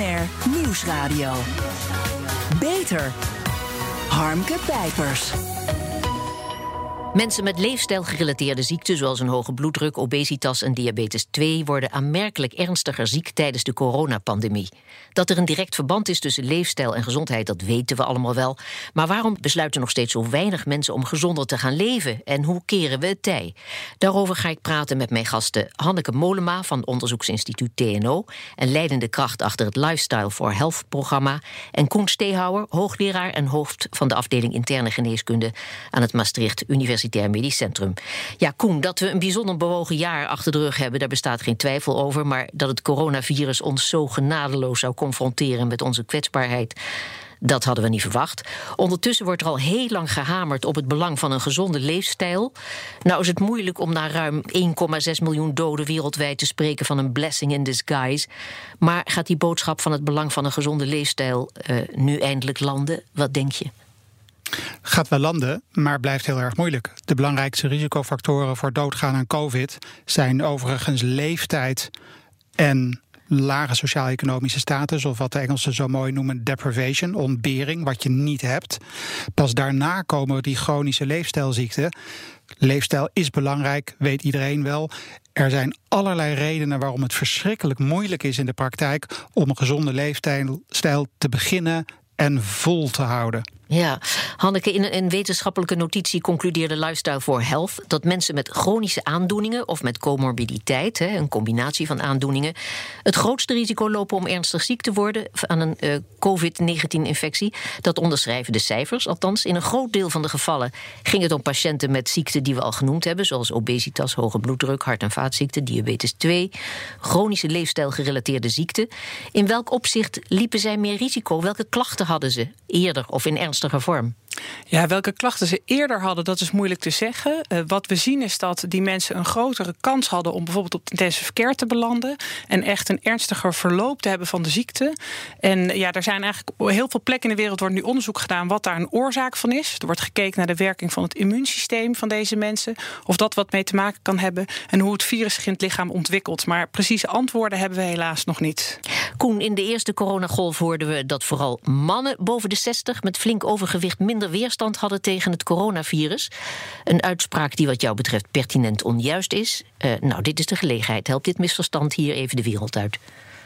BNR Nieuwsradio. Beter. Harmke Pijpers. Mensen met leefstijlgerelateerde ziekten, zoals een hoge bloeddruk, obesitas en diabetes 2, worden aanmerkelijk ernstiger ziek tijdens de coronapandemie. Dat er een direct verband is tussen leefstijl en gezondheid, dat weten we allemaal wel. Maar waarom besluiten nog steeds zo weinig mensen om gezonder te gaan leven? En hoe keren we het tij? Daarover ga ik praten met mijn gasten Hanneke Mollema van onderzoeksinstituut TNO en leidende kracht achter het Lifestyle for Health-programma, en Koen Steehouwer, hoogleraar en hoofd van de afdeling interne geneeskunde aan het Maastricht Universitair Medisch Centrum. Ja, Koen, dat we een bijzonder bewogen jaar achter de rug hebben, daar bestaat geen twijfel over, maar dat het coronavirus ons zo genadeloos zou confronteren met onze kwetsbaarheid, dat hadden we niet verwacht. Ondertussen wordt er al heel lang gehamerd op het belang van een gezonde leefstijl. Nou is het moeilijk om na ruim 1,6 miljoen doden wereldwijd te spreken van een blessing in disguise. Maar gaat die boodschap van het belang van een gezonde leefstijl nu eindelijk landen? Wat denk je? Gaat wel landen, maar blijft heel erg moeilijk. De belangrijkste risicofactoren voor doodgaan aan COVID zijn overigens leeftijd en lage sociaal-economische status, of wat de Engelsen zo mooi noemen deprivation, ontbering, wat je niet hebt. Pas daarna komen die chronische leefstijlziekten. Leefstijl is belangrijk, weet iedereen wel. Er zijn allerlei redenen waarom het verschrikkelijk moeilijk is in de praktijk om een gezonde leefstijl te beginnen en vol te houden. Ja, Hanneke, in een wetenschappelijke notitie concludeerde Lifestyle for Health dat mensen met chronische aandoeningen of met comorbiditeit, een combinatie van aandoeningen, het grootste risico lopen om ernstig ziek te worden aan een COVID-19-infectie. Dat onderschrijven de cijfers. Althans, in een groot deel van de gevallen ging het om patiënten met ziekten die we al genoemd hebben, zoals obesitas, hoge bloeddruk, hart- en vaatziekten, diabetes 2, chronische leefstijlgerelateerde ziekten. In welk opzicht liepen zij meer risico? Welke klachten hadden ze eerder of in ernstige vorm? Ja, welke klachten ze eerder hadden, dat is moeilijk te zeggen. Wat we zien is dat die mensen een grotere kans hadden om bijvoorbeeld op intensive care te belanden en echt een ernstiger verloop te hebben van de ziekte. En ja, er zijn eigenlijk op heel veel plekken in de wereld wordt nu onderzoek gedaan wat daar een oorzaak van is. Er wordt gekeken naar de werking van het immuunsysteem van deze mensen, of dat wat mee te maken kan hebben en hoe het virus zich in het lichaam ontwikkelt. Maar precieze antwoorden hebben we helaas nog niet. Koen, in de eerste coronagolf hoorden we dat vooral mannen boven de 60 met flink overgewicht minder weerstand hadden tegen het coronavirus. Een uitspraak die wat jou betreft pertinent onjuist is. Nou, dit is de gelegenheid. Help dit misverstand hier even de wereld uit.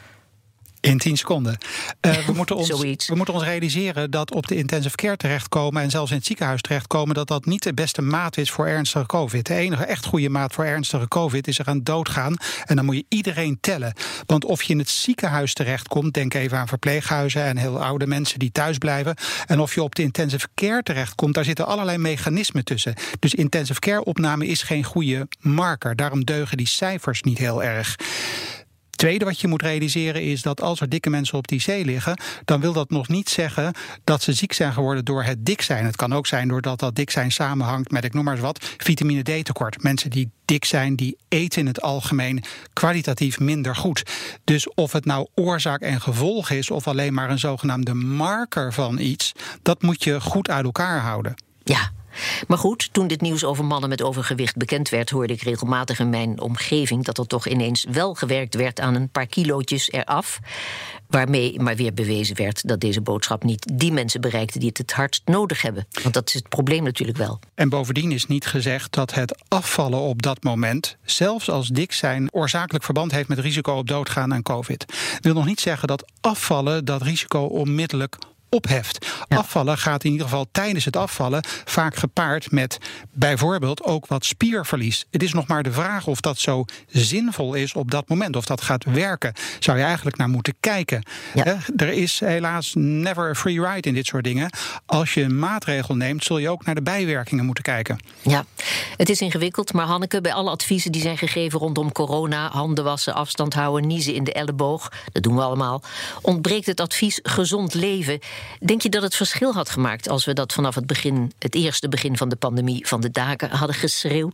In 10 seconden. We moeten ons realiseren dat op de intensive care terechtkomen en zelfs in het ziekenhuis terechtkomen, dat niet de beste maat is voor ernstige COVID. De enige echt goede maat voor ernstige COVID is er aan doodgaan. En dan moet je iedereen tellen. Want of je in het ziekenhuis terechtkomt, denk even aan verpleeghuizen en heel oude mensen die thuis blijven. En of je op de intensive care terechtkomt, daar zitten allerlei mechanismen tussen. Dus intensive care opname is geen goede marker. Daarom deugen die cijfers niet heel erg. Tweede wat je moet realiseren is dat als er dikke mensen op die IC liggen, dan wil dat nog niet zeggen dat ze ziek zijn geworden door het dik zijn. Het kan ook zijn doordat dat dik zijn samenhangt met, ik noem maar eens wat, vitamine D tekort. Mensen die dik zijn, die eten in het algemeen kwalitatief minder goed. Dus of het nou oorzaak en gevolg is of alleen maar een zogenaamde marker van iets, dat moet je goed uit elkaar houden. Ja. Maar goed, toen dit nieuws over mannen met overgewicht bekend werd, hoorde ik regelmatig in mijn omgeving dat er toch ineens wel gewerkt werd aan een paar kilootjes eraf. Waarmee maar weer bewezen werd dat deze boodschap niet die mensen bereikte die het hardst nodig hebben. Want dat is het probleem natuurlijk wel. En bovendien is niet gezegd dat het afvallen op dat moment, zelfs als dik zijn, oorzakelijk verband heeft met risico op doodgaan aan COVID. Dat wil nog niet zeggen dat afvallen dat risico onmiddellijk opheft. Ja. Afvallen gaat in ieder geval tijdens het afvallen vaak gepaard met bijvoorbeeld ook wat spierverlies. Het is nog maar de vraag of dat zo zinvol is op dat moment, of dat gaat werken. Zou je eigenlijk naar moeten kijken. Ja. Er is helaas never a free ride in dit soort dingen. Als je een maatregel neemt, zul je ook naar de bijwerkingen moeten kijken. Ja, het is ingewikkeld, maar Hanneke, bij alle adviezen die zijn gegeven rondom corona, handen wassen, afstand houden, niezen in de elleboog, dat doen we allemaal, ontbreekt het advies gezond leven. Denk je dat het verschil had gemaakt als we dat vanaf het eerste begin van de pandemie van de daken hadden geschreeuwd?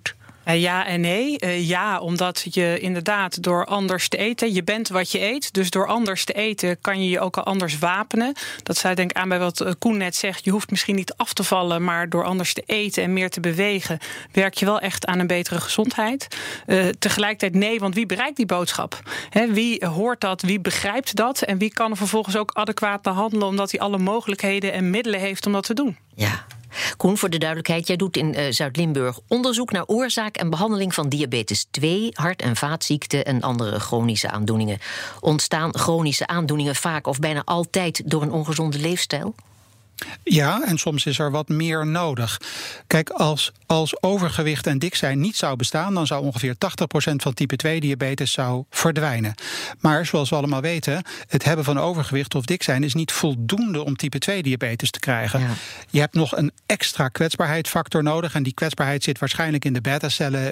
Ja en nee. Ja, omdat je inderdaad door anders te eten... je bent wat je eet, dus door anders te eten... kan je je ook al anders wapenen. Dat sluit denk ik aan bij wat Koen net zegt. Je hoeft misschien niet af te vallen... maar door anders te eten en meer te bewegen... werk je wel echt aan een betere gezondheid. Tegelijkertijd nee, want wie bereikt die boodschap? Wie hoort dat, wie begrijpt dat... en wie kan er vervolgens ook adequaat behandelen... omdat hij alle mogelijkheden en middelen heeft om dat te doen? Ja. Koen, voor de duidelijkheid, jij doet in Zuid-Limburg onderzoek naar oorzaak en behandeling van diabetes 2, hart- en vaatziekten en andere chronische aandoeningen. Ontstaan chronische aandoeningen vaak of bijna altijd door een ongezonde leefstijl? Ja, en soms is er wat meer nodig. Kijk, als overgewicht en dik zijn niet zou bestaan... dan zou ongeveer 80% van type 2-diabetes zou verdwijnen. Maar zoals we allemaal weten, het hebben van overgewicht of dik zijn... is niet voldoende om type 2-diabetes te krijgen. Ja. Je hebt nog een extra kwetsbaarheidsfactor nodig... en die kwetsbaarheid zit waarschijnlijk in de beta-cellen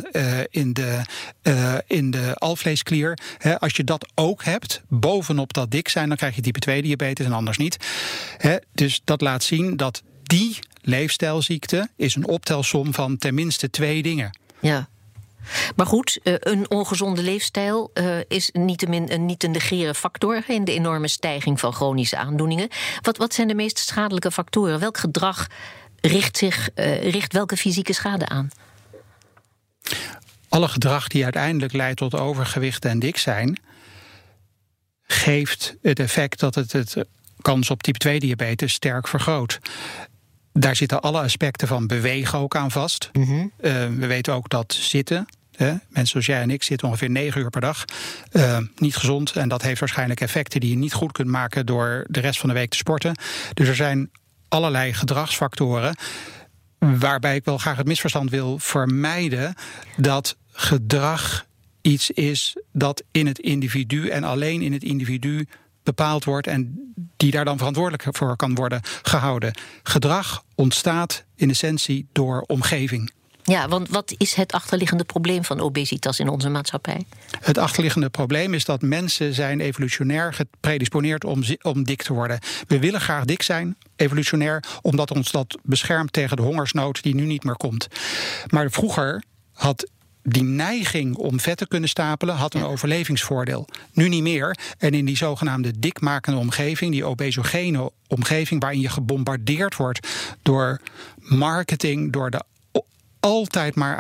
in de alvleesklier. Als je dat ook hebt, bovenop dat dik zijn... dan krijg je type 2-diabetes en anders niet. Dus dat laat zien dat die leefstijlziekte is een optelsom van tenminste 2 dingen. Ja. Maar goed, een ongezonde leefstijl is niettemin een niet te negeren factor... in de enorme stijging van chronische aandoeningen. Wat zijn de meest schadelijke factoren? Welk gedrag richt welke fysieke schade aan? Alle gedrag die uiteindelijk leidt tot overgewicht en dik zijn... geeft het effect dat het kans op type 2-diabetes sterk vergroot. Daar zitten alle aspecten van bewegen ook aan vast. Mm-hmm. We weten ook dat zitten... mensen zoals jij en ik zitten ongeveer 9 uur per dag. Niet gezond en dat heeft waarschijnlijk effecten... die je niet goed kunt maken door de rest van de week te sporten. Dus er zijn allerlei gedragsfactoren... waarbij ik wel graag het misverstand wil vermijden... dat gedrag iets is dat in het individu en alleen in het individu... bepaald wordt en die daar dan verantwoordelijk voor kan worden gehouden. Gedrag ontstaat in essentie door omgeving. Ja, want wat is het achterliggende probleem van obesitas in onze maatschappij? Het achterliggende probleem is dat mensen zijn evolutionair gepredisponeerd om dik te worden. We willen graag dik zijn, evolutionair, omdat ons dat beschermt tegen de hongersnood die nu niet meer komt. Maar vroeger had die neiging om vet te kunnen stapelen had een overlevingsvoordeel. Nu niet meer. En in die zogenaamde dikmakende omgeving, die obesogene omgeving... waarin je gebombardeerd wordt door marketing... door de altijd maar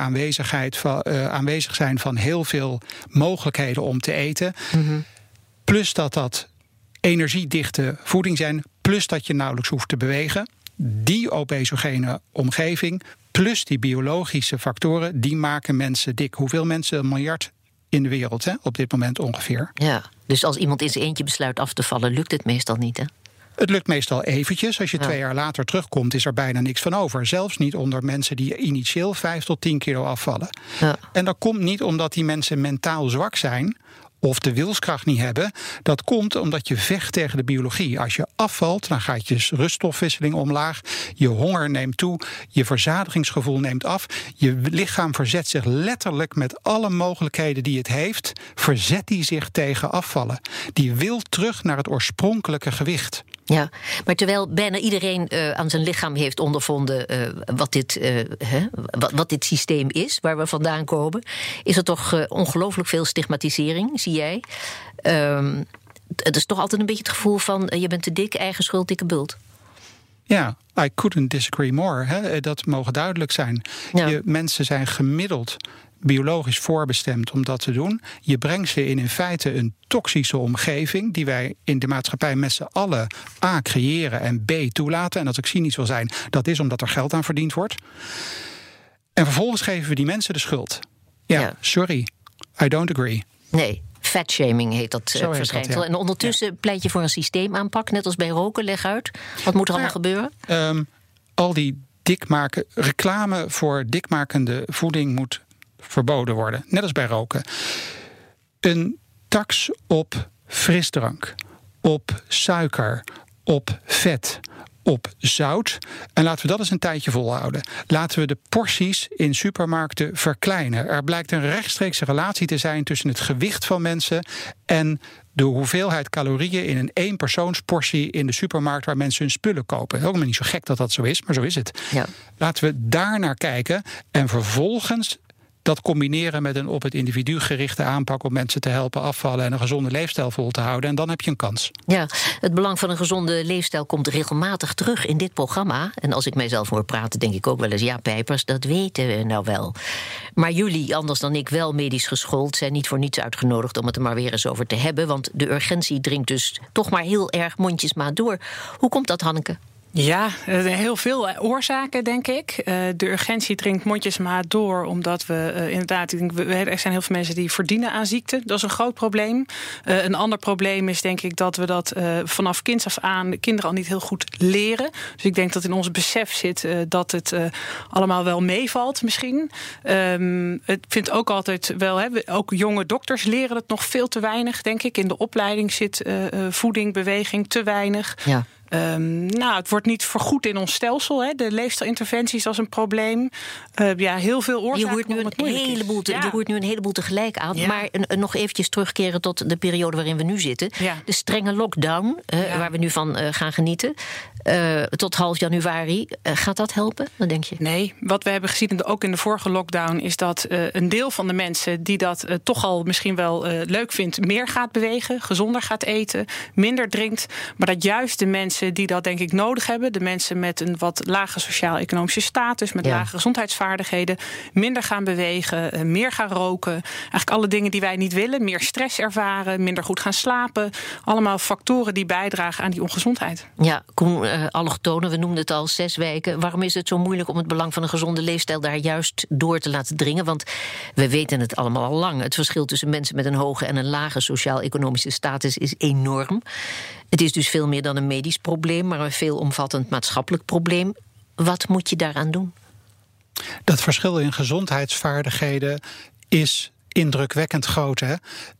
aanwezig zijn van heel veel mogelijkheden om te eten. Mm-hmm. Plus dat energiedichte voeding zijn. Plus dat je nauwelijks hoeft te bewegen. Die obesogene omgeving... plus die biologische factoren, die maken mensen dik. Hoeveel mensen? 1 miljard in de wereld, op dit moment ongeveer. Ja, dus als iemand in zijn eentje besluit af te vallen... lukt het meestal niet, hè? Het lukt meestal eventjes. Als je 2 jaar later terugkomt, is er bijna niks van over. Zelfs niet onder mensen die initieel 5 tot 10 kilo afvallen. Ja. En dat komt niet omdat die mensen mentaal zwak zijn... of de wilskracht niet hebben. Dat komt omdat je vecht tegen de biologie. Als je afvalt, dan gaat je ruststofwisseling omlaag. Je honger neemt toe. Je verzadigingsgevoel neemt af. Je lichaam verzet zich letterlijk met alle mogelijkheden die het heeft. Verzet die zich tegen afvallen. Die wil terug naar het oorspronkelijke gewicht. Ja, maar terwijl bijna iedereen aan zijn lichaam heeft ondervonden wat dit systeem is, waar we vandaan komen, is er toch ongelooflijk veel stigmatisering, zie jij. Het is toch altijd een beetje het gevoel van je bent te dik, eigen schuld, dikke bult. Ja, I couldn't disagree more. Dat mogen duidelijk zijn. Ja. Mensen zijn gemiddeld biologisch voorbestemd om dat te doen. Je brengt ze in feite een toxische omgeving die wij in de maatschappij met z'n allen A creëren en B toelaten. En als ik cynisch wil zijn, dat is omdat er geld aan verdiend wordt. En vervolgens geven we die mensen de schuld. Ja. Sorry, I don't agree. Nee. Fatshaming heet dat verschijnsel. En ondertussen pleit je voor een systeemaanpak, net als bij roken. Leg uit. Wat moet er allemaal gebeuren? Al die reclame voor dikmakende voeding moet verboden worden. Net als bij roken. Een tax op frisdrank, op suiker, op vet, op zout. En laten we dat eens een tijdje volhouden. Laten we de porties in supermarkten verkleinen. Er blijkt een rechtstreekse relatie te zijn tussen het gewicht van mensen en de hoeveelheid calorieën in een eenpersoonsportie in de supermarkt waar mensen hun spullen kopen. Helemaal niet zo gek dat dat zo is, maar zo is het. Ja. Laten we daar naar kijken en vervolgens dat combineren met een op het individu gerichte aanpak om mensen te helpen afvallen en een gezonde leefstijl vol te houden. En dan heb je een kans. Ja, het belang van een gezonde leefstijl komt regelmatig terug in dit programma. En als ik mijzelf hoor praten, denk ik ook wel eens, ja, Pijpers, dat weten we nou wel. Maar jullie, anders dan ik, wel medisch geschoold, zijn niet voor niets uitgenodigd om het er maar weer eens over te hebben. Want de urgentie dringt dus toch maar heel erg mondjesmaat door. Hoe komt dat, Hanneke? Ja, heel veel oorzaken, denk ik. De urgentie dringt mondjesmaat door, omdat we inderdaad, er zijn heel veel mensen die verdienen aan ziekte. Dat is een groot probleem. Een ander probleem is, denk ik, dat we dat vanaf kinds af aan de kinderen al niet heel goed leren. Dus ik denk dat in ons besef zit dat het allemaal wel meevalt misschien. Ik vind ook altijd wel, ook jonge dokters leren het nog veel te weinig, denk ik. In de opleiding zit voeding, beweging te weinig. Ja. Het wordt niet vergoed in ons stelsel. Hè. De leefstijlinterventies, dat is een probleem. Heel veel oorzaken. Je hoort nu een heleboel tegelijk aan. Ja. Maar nog eventjes terugkeren tot de periode waarin we nu zitten. Ja. De strenge lockdown, waar we nu van gaan genieten. Tot half januari. Gaat dat helpen? Wat denk je? Nee, wat we hebben gezien, ook in de vorige lockdown, is dat een deel van de mensen die dat toch al misschien wel leuk vindt, meer gaat bewegen, gezonder gaat eten, minder drinkt. Maar dat juist de mensen die dat denk ik nodig hebben, de mensen met een wat lage sociaal-economische status, met lage gezondheidsvaardigheden, minder gaan bewegen, meer gaan roken. Eigenlijk alle dingen die wij niet willen. Meer stress ervaren, minder goed gaan slapen. Allemaal factoren die bijdragen aan die ongezondheid. Ja, Koen, allochtonen, we noemden het al 6 weken. Waarom is het zo moeilijk om het belang van een gezonde leefstijl daar juist door te laten dringen? Want we weten het allemaal al lang. Het verschil tussen mensen met een hoge en een lage sociaal-economische status is enorm. Het is dus veel meer dan een medisch probleem, maar een veelomvattend maatschappelijk probleem. Wat moet je daaraan doen? Dat verschil in gezondheidsvaardigheden is indrukwekkend groot. Hè?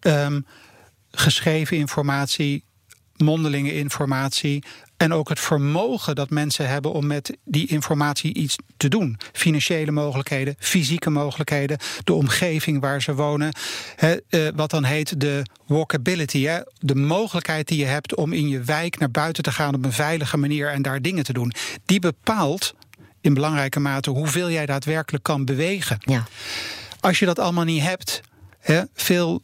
Geschreven informatie, mondelinge informatie en ook het vermogen dat mensen hebben om met die informatie iets te doen. Financiële mogelijkheden, fysieke mogelijkheden, de omgeving waar ze wonen. Wat dan heet de walkability. Hè? De mogelijkheid die je hebt om in je wijk naar buiten te gaan op een veilige manier en daar dingen te doen. Die bepaalt in belangrijke mate hoeveel jij daadwerkelijk kan bewegen. Ja. Als je dat allemaal niet hebt, veel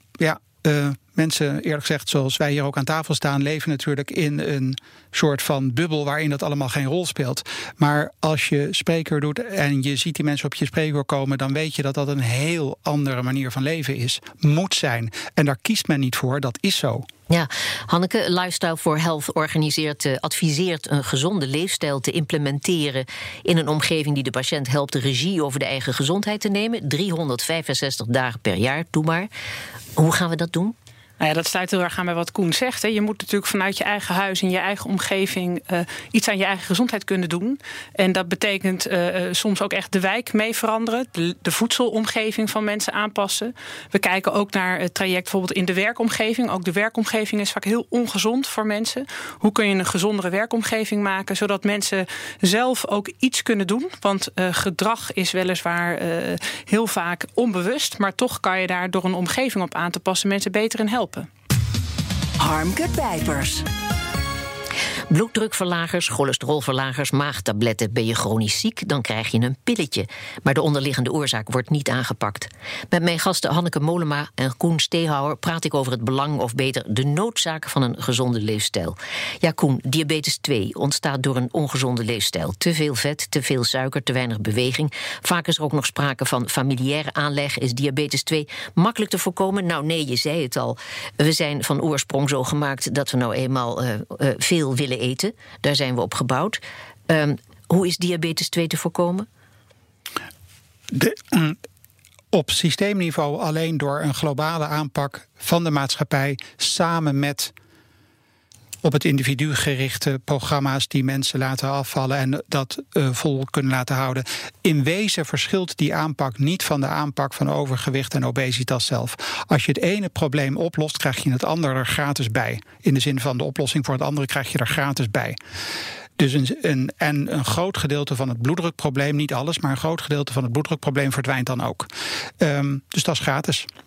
mensen, eerlijk gezegd, zoals wij hier ook aan tafel staan, leven natuurlijk in een soort van bubbel waarin dat allemaal geen rol speelt. Maar als je spreekuur doet en je ziet die mensen op je spreekuur komen, dan weet je dat dat een heel andere manier van leven is. Moet zijn. En daar kiest men niet voor, dat is zo. Ja, Hanneke, Lifestyle for Health adviseert een gezonde leefstijl te implementeren in een omgeving die de patiënt helpt de regie over de eigen gezondheid te nemen. 365 dagen per jaar, doe maar. Hoe gaan we dat doen? Nou ja, dat sluit heel erg aan bij wat Koen zegt. Hè. Je moet natuurlijk vanuit je eigen huis en je eigen omgeving iets aan je eigen gezondheid kunnen doen. En dat betekent soms ook echt de wijk mee veranderen. De voedselomgeving van mensen aanpassen. We kijken ook naar het traject bijvoorbeeld in de werkomgeving. Ook de werkomgeving is vaak heel ongezond voor mensen. Hoe kun je een gezondere werkomgeving maken, zodat mensen zelf ook iets kunnen doen? Want gedrag is weliswaar heel vaak onbewust, maar toch kan je daar door een omgeving op aan te passen mensen beter in helpen. Harmke Pijpers. Bloeddrukverlagers, cholesterolverlagers, maagtabletten. Ben je chronisch ziek, dan krijg je een pilletje. Maar de onderliggende oorzaak wordt niet aangepakt. Met mijn gasten Hanneke Mollema en Koen Steehouwer praat ik over het belang, of beter de noodzaak van een gezonde leefstijl. Ja, Koen, diabetes 2 ontstaat door een ongezonde leefstijl. Te veel vet, te veel suiker, te weinig beweging. Vaak is er ook nog sprake van familiaire aanleg. Is diabetes 2 makkelijk te voorkomen? Nou nee, je zei het al. We zijn van oorsprong zo gemaakt dat we nou eenmaal veel willen eten. Daar zijn we op gebouwd. Hoe is diabetes 2 te voorkomen? Op systeemniveau alleen door een globale aanpak van de maatschappij, samen met op het individu gerichte programma's die mensen laten afvallen en dat vol kunnen laten houden. In wezen verschilt die aanpak niet van de aanpak van overgewicht en obesitas zelf. Als je het ene probleem oplost, krijg je het andere er gratis bij. In de zin van de oplossing voor het andere krijg je er gratis bij. Dus een groot gedeelte van het bloeddrukprobleem, niet alles, maar een groot gedeelte van het bloeddrukprobleem verdwijnt dan ook. Dus dat is gratis.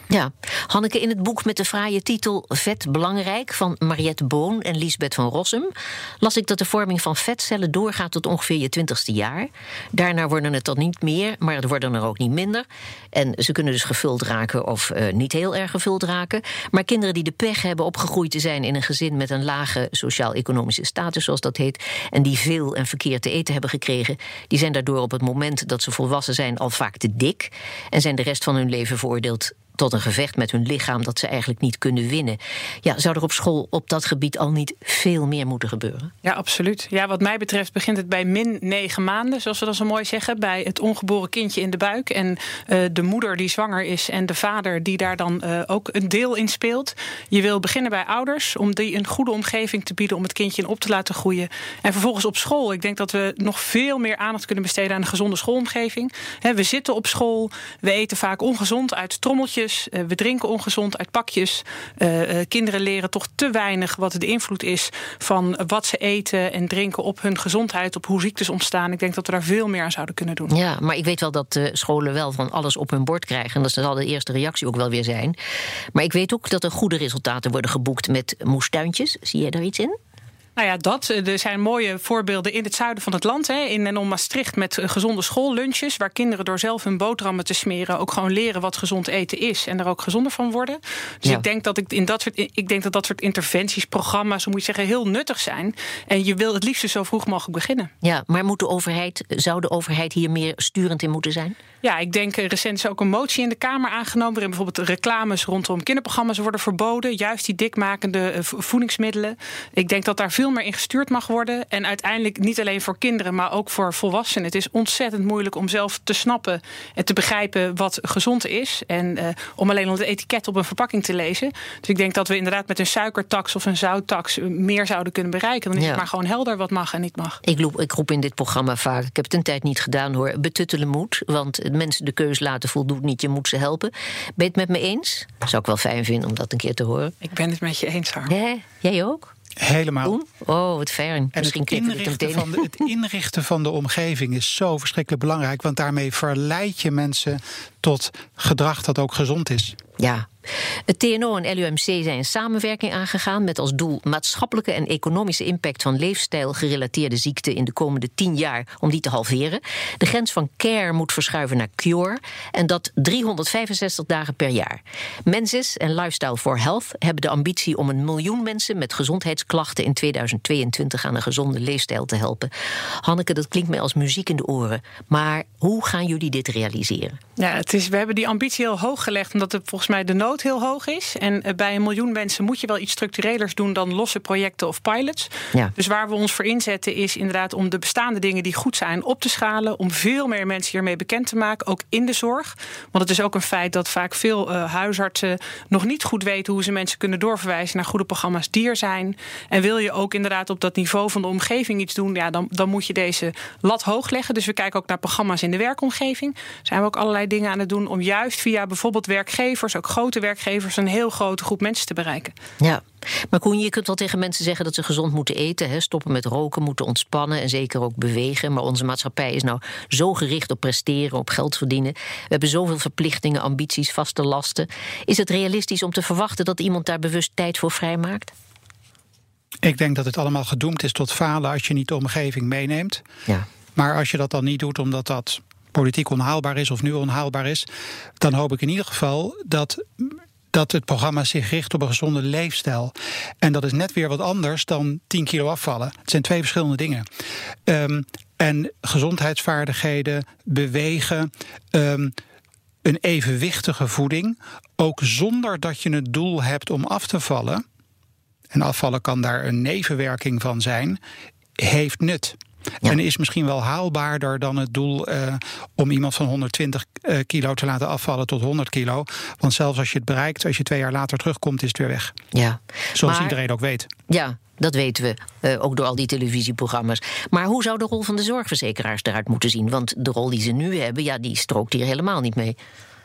Ja, Hanneke, in het boek met de fraaie titel Vet belangrijk van Mariette Boon en Liesbeth van Rossum las ik dat de vorming van vetcellen doorgaat tot ongeveer je 20ste jaar. Daarna worden het dan niet meer, maar er worden er ook niet minder. En ze kunnen dus gevuld raken of niet heel erg gevuld raken. Maar kinderen die de pech hebben opgegroeid te zijn in een gezin met een lage sociaal-economische status, zoals dat heet, en die veel en verkeerd te eten hebben gekregen, die zijn daardoor op het moment dat ze volwassen zijn al vaak te dik en zijn de rest van hun leven veroordeeld tot een gevecht met hun lichaam dat ze eigenlijk niet kunnen winnen. Ja, zou er op school op dat gebied al niet veel meer moeten gebeuren? Ja, absoluut. Ja, wat mij betreft begint het bij min 9 maanden, zoals we dat zo mooi zeggen, bij het ongeboren kindje in de buik en de moeder die zwanger is en de vader die daar dan ook een deel in speelt. Je wil beginnen bij ouders om die een goede omgeving te bieden om het kindje in op te laten groeien. En vervolgens op school. Ik denk dat we nog veel meer aandacht kunnen besteden aan een gezonde schoolomgeving. We zitten op school, we eten vaak ongezond uit trommeltjes. We drinken ongezond uit pakjes. Kinderen leren toch te weinig wat de invloed is van wat ze eten en drinken op hun gezondheid, op hoe ziektes ontstaan. Ik denk dat we daar veel meer aan zouden kunnen doen. Ja, maar ik weet wel dat scholen wel van alles op hun bord krijgen. En dat zal de eerste reactie ook wel weer zijn. Maar ik weet ook dat er goede resultaten worden geboekt met moestuintjes. Zie jij daar iets in? Nou ja, er zijn mooie voorbeelden in het zuiden van het land. In en om Maastricht met gezonde schoollunches, waar kinderen door zelf hun boterhammen te smeren ook gewoon leren wat gezond eten is en er ook gezonder van worden. Dus ja. Ik denk dat dat soort interventies, programma's, hoe moet je zeggen, heel nuttig zijn. En je wil het liefst zo vroeg mogelijk beginnen. Ja, maar zou de overheid hier meer sturend in moeten zijn? Ja, ik denk recent is ook een motie in de Kamer aangenomen waarin bijvoorbeeld reclames rondom kinderprogramma's worden verboden. Juist die dikmakende voedingsmiddelen. Ik denk dat daar veel meer in gestuurd mag worden. En uiteindelijk niet alleen voor kinderen, maar ook voor volwassenen. Het is ontzettend moeilijk om zelf te snappen en te begrijpen wat gezond is. En om alleen al het etiket op een verpakking te lezen. Dus ik denk dat we inderdaad met een suikertax of een zouttax meer zouden kunnen bereiken. Dan is het maar gewoon helder wat mag en niet mag. Ik roep in dit programma vaak, ik heb het een tijd niet gedaan hoor, betuttelen moet. Want mensen de keus laten voldoet niet, je moet ze helpen. Ben je het met me eens? Zou ik wel fijn vinden om dat een keer te horen. Ik ben het met je eens, Harm. Ja, jij ook? Helemaal. Oh, wat fijn. En het inrichten van de omgeving is zo verschrikkelijk belangrijk, want daarmee verleid je mensen tot gedrag dat ook gezond is. Ja. Het TNO en LUMC zijn een samenwerking aangegaan met als doel maatschappelijke en economische impact van leefstijl-gerelateerde ziekten in de komende 10 jaar om die te halveren. De grens van care moet verschuiven naar cure en dat 365 dagen per jaar. Mensis en Lifestyle for Health hebben de ambitie om 1 miljoen mensen met gezondheidsklachten in 2022 aan een gezonde leefstijl te helpen. Hanneke, dat klinkt mij als muziek in de oren. Maar hoe gaan jullie dit realiseren? Ja, we hebben die ambitie heel hoog gelegd omdat het volgens mij de nood heel hoog is. En bij 1 miljoen mensen moet je wel iets structurelers doen dan losse projecten of pilots. Ja. Dus waar we ons voor inzetten is inderdaad om de bestaande dingen die goed zijn op te schalen, om veel meer mensen hiermee bekend te maken, ook in de zorg. Want het is ook een feit dat vaak veel huisartsen nog niet goed weten hoe ze mensen kunnen doorverwijzen naar goede programma's die er zijn. En wil je ook inderdaad op dat niveau van de omgeving iets doen, ja, dan moet je deze lat hoog leggen. Dus we kijken ook naar programma's in de werkomgeving. Zijn we ook allerlei dingen aan het doen om juist via bijvoorbeeld werkgevers, ook grote werkgevers, een heel grote groep mensen te bereiken. Ja, maar Koen, je kunt wel tegen mensen zeggen dat ze gezond moeten eten, hè? Stoppen met roken, moeten ontspannen en zeker ook bewegen. Maar onze maatschappij is nou zo gericht op presteren, op geld verdienen. We hebben zoveel verplichtingen, ambities, vaste lasten. Is het realistisch om te verwachten dat iemand daar bewust tijd voor vrijmaakt? Ik denk dat het allemaal gedoemd is tot falen als je niet de omgeving meeneemt. Ja. Maar als je dat dan niet doet omdat dat politiek onhaalbaar is of nu onhaalbaar is, dan hoop ik in ieder geval dat het programma zich richt op een gezonde leefstijl. En dat is net weer wat anders dan 10 kilo afvallen. Het zijn 2 verschillende dingen. En gezondheidsvaardigheden, bewegen, een evenwichtige voeding, ook zonder dat je het doel hebt om af te vallen, en afvallen kan daar een nevenwerking van zijn, heeft nut. Ja. En is misschien wel haalbaarder dan het doel om iemand van 120 kilo te laten afvallen tot 100 kilo. Want zelfs als je het bereikt, als je 2 jaar later terugkomt, is het weer weg. Ja. Zoals iedereen ook weet. Ja, dat weten we, ook door al die televisieprogramma's. Maar hoe zou de rol van de zorgverzekeraars eruit moeten zien? Want de rol die ze nu hebben, ja, die strookt hier helemaal niet mee.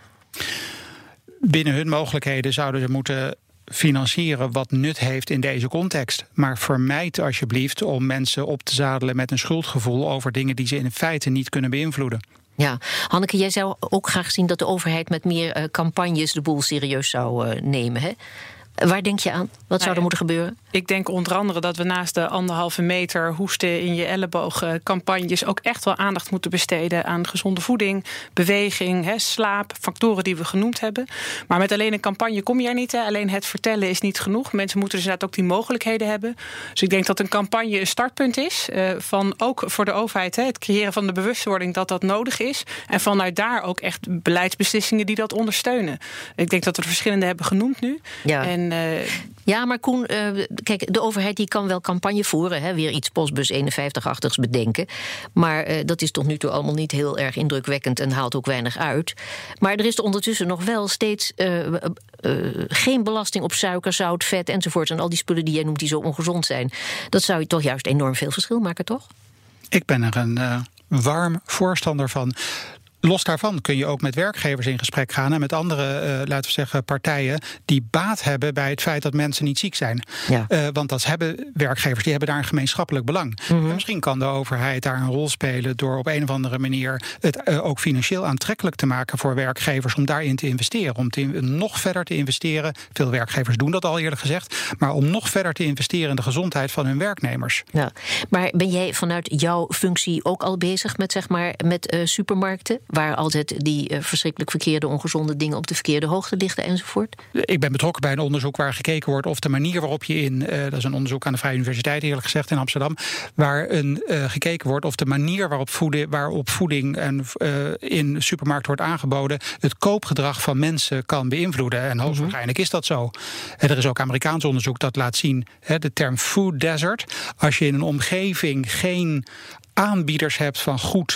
Binnen hun mogelijkheden zouden ze moeten financieren wat nut heeft in deze context. Maar vermijd alsjeblieft om mensen op te zadelen met een schuldgevoel over dingen die ze in feite niet kunnen beïnvloeden. Ja, Hanneke, jij zou ook graag zien dat de overheid met meer campagnes de boel serieus zou nemen, hè? Waar denk je aan? Wat zou er moeten gebeuren? Ik denk onder andere dat we naast de 1,5 meter hoesten in je elleboog campagnes ook echt wel aandacht moeten besteden aan gezonde voeding, beweging, slaap, factoren die we genoemd hebben. Maar met alleen een campagne kom je er niet. Alleen het vertellen is niet genoeg. Mensen moeten dus inderdaad ook die mogelijkheden hebben. Dus ik denk dat een campagne een startpunt is. Van ook voor de overheid, het creëren van de bewustwording dat nodig is. En vanuit daar ook echt beleidsbeslissingen die dat ondersteunen. Ik denk dat we er verschillende hebben genoemd nu. Ja. Ja, maar Koen, kijk, de overheid die kan wel campagne voeren. Hè, weer iets Postbus 51-achtigs bedenken. Maar dat is tot nu toe allemaal niet heel erg indrukwekkend en haalt ook weinig uit. Maar er is ondertussen nog wel steeds geen belasting op suiker, zout, vet enzovoort. En al die spullen die jij noemt die zo ongezond zijn. Dat zou je toch juist enorm veel verschil maken, toch? Ik ben er een warm voorstander van. Los daarvan kun je ook met werkgevers in gesprek gaan en met andere, laten we zeggen, partijen die baat hebben bij het feit dat mensen niet ziek zijn. Ja. Want dat hebben werkgevers, die hebben daar een gemeenschappelijk belang. Mm-hmm. En misschien kan de overheid daar een rol spelen door op een of andere manier het ook financieel aantrekkelijk te maken voor werkgevers om daarin te investeren. Om nog verder te investeren. Veel werkgevers doen dat al eerlijk gezegd. Maar om nog verder te investeren in de gezondheid van hun werknemers. Ja. Maar ben jij vanuit jouw functie ook al bezig met, zeg maar, met supermarkten? Waar altijd die verschrikkelijk verkeerde, ongezonde dingen op de verkeerde hoogte liggen enzovoort? Ik ben betrokken bij een onderzoek waar gekeken wordt of de manier waarop je dat is een onderzoek aan de Vrije Universiteit eerlijk gezegd in Amsterdam, waar gekeken wordt of de manier waarop voeding in de supermarkt wordt aangeboden het koopgedrag van mensen kan beïnvloeden. En hoogstwaarschijnlijk is dat zo. Er is ook Amerikaans onderzoek dat laat zien, de term food desert. Als je in een omgeving geen aanbieders hebt van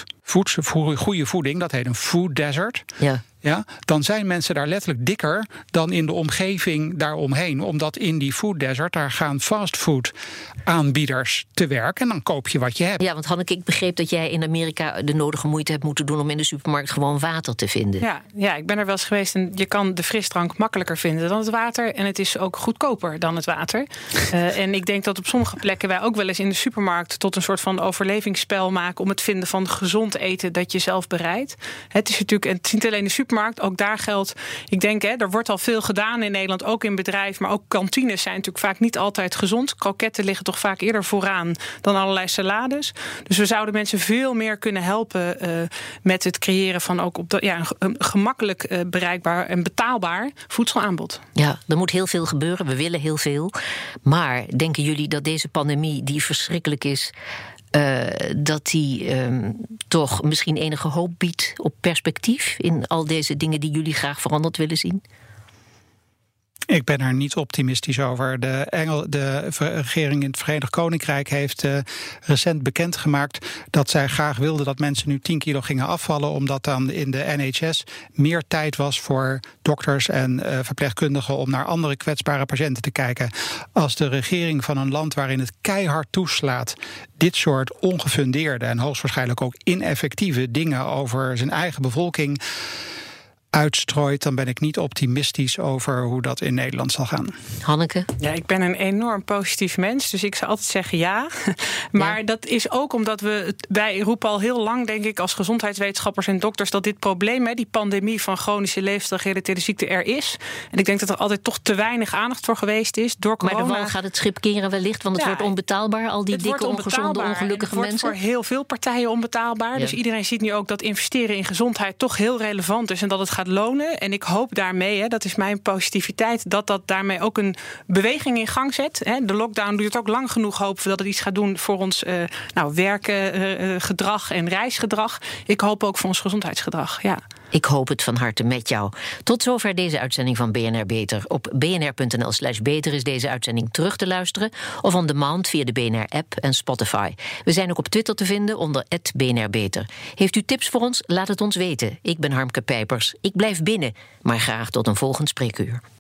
goede voeding, dat heet een food desert. Ja, dan zijn mensen daar letterlijk dikker dan in de omgeving daaromheen. Omdat in die food desert, daar gaan fastfood aanbieders te werk. En dan koop je wat je hebt. Ja, want Hanneke, ik begreep dat jij in Amerika de nodige moeite hebt moeten doen om in de supermarkt gewoon water te vinden. Ja, ik ben er wel eens geweest en je kan de frisdrank makkelijker vinden dan het water. En het is ook goedkoper dan het water. En ik denk dat op sommige plekken wij ook wel eens in de supermarkt tot een soort van overlevingsspel maken om het vinden van gezond eten dat je zelf bereidt. Het is natuurlijk, en het is niet alleen de supermarkt, ook daar geldt, ik denk, er wordt al veel gedaan in Nederland, ook in bedrijf, maar ook kantines zijn natuurlijk vaak niet altijd gezond. Kroketten liggen toch vaak eerder vooraan dan allerlei salades. Dus we zouden mensen veel meer kunnen helpen met het creëren van ook een gemakkelijk bereikbaar en betaalbaar voedselaanbod. Ja, er moet heel veel gebeuren, we willen heel veel. Maar denken jullie dat deze pandemie, die verschrikkelijk is, dat die toch misschien enige hoop biedt op perspectief in al deze dingen die jullie graag veranderd willen zien? Ik ben er niet optimistisch over. De regering in het Verenigd Koninkrijk heeft recent bekendgemaakt dat zij graag wilde dat mensen nu 10 kilo gingen afvallen, omdat dan in de NHS meer tijd was voor dokters en verpleegkundigen om naar andere kwetsbare patiënten te kijken. Als de regering van een land waarin het keihard toeslaat dit soort ongefundeerde en hoogstwaarschijnlijk ook ineffectieve dingen over zijn eigen bevolking uitstrooit, dan ben ik niet optimistisch over hoe dat in Nederland zal gaan. Hanneke? Ja, ik ben een enorm positief mens, dus ik zou altijd zeggen ja. Maar dat is ook omdat wij roepen al heel lang, denk ik, als gezondheidswetenschappers en dokters, dat dit probleem, die pandemie van chronische leefstijlgerelateerde ziekte er is. En ik denk dat er altijd toch te weinig aandacht voor geweest is door corona. Maar gaat het schip keren wellicht, want het wordt onbetaalbaar, al die dikke, ongezonde, ongelukkige mensen. Het wordt voor heel veel partijen onbetaalbaar. Ja. Dus iedereen ziet nu ook dat investeren in gezondheid toch heel relevant is en dat het gaat lonen. En ik hoop daarmee, dat is mijn positiviteit, dat daarmee ook een beweging in gang zet. De lockdown duurt ook lang genoeg, hopen we dat het iets gaat doen voor ons werken, gedrag en reisgedrag. Ik hoop ook voor ons gezondheidsgedrag, ja. Ik hoop het van harte met jou. Tot zover deze uitzending van BNR Beter. Op bnr.nl/beter is deze uitzending terug te luisteren of on demand via de BNR-app en Spotify. We zijn ook op Twitter te vinden onder @BNR Beter. Heeft u tips voor ons? Laat het ons weten. Ik ben Harmke Pijpers. Ik blijf binnen, maar graag tot een volgend spreekuur.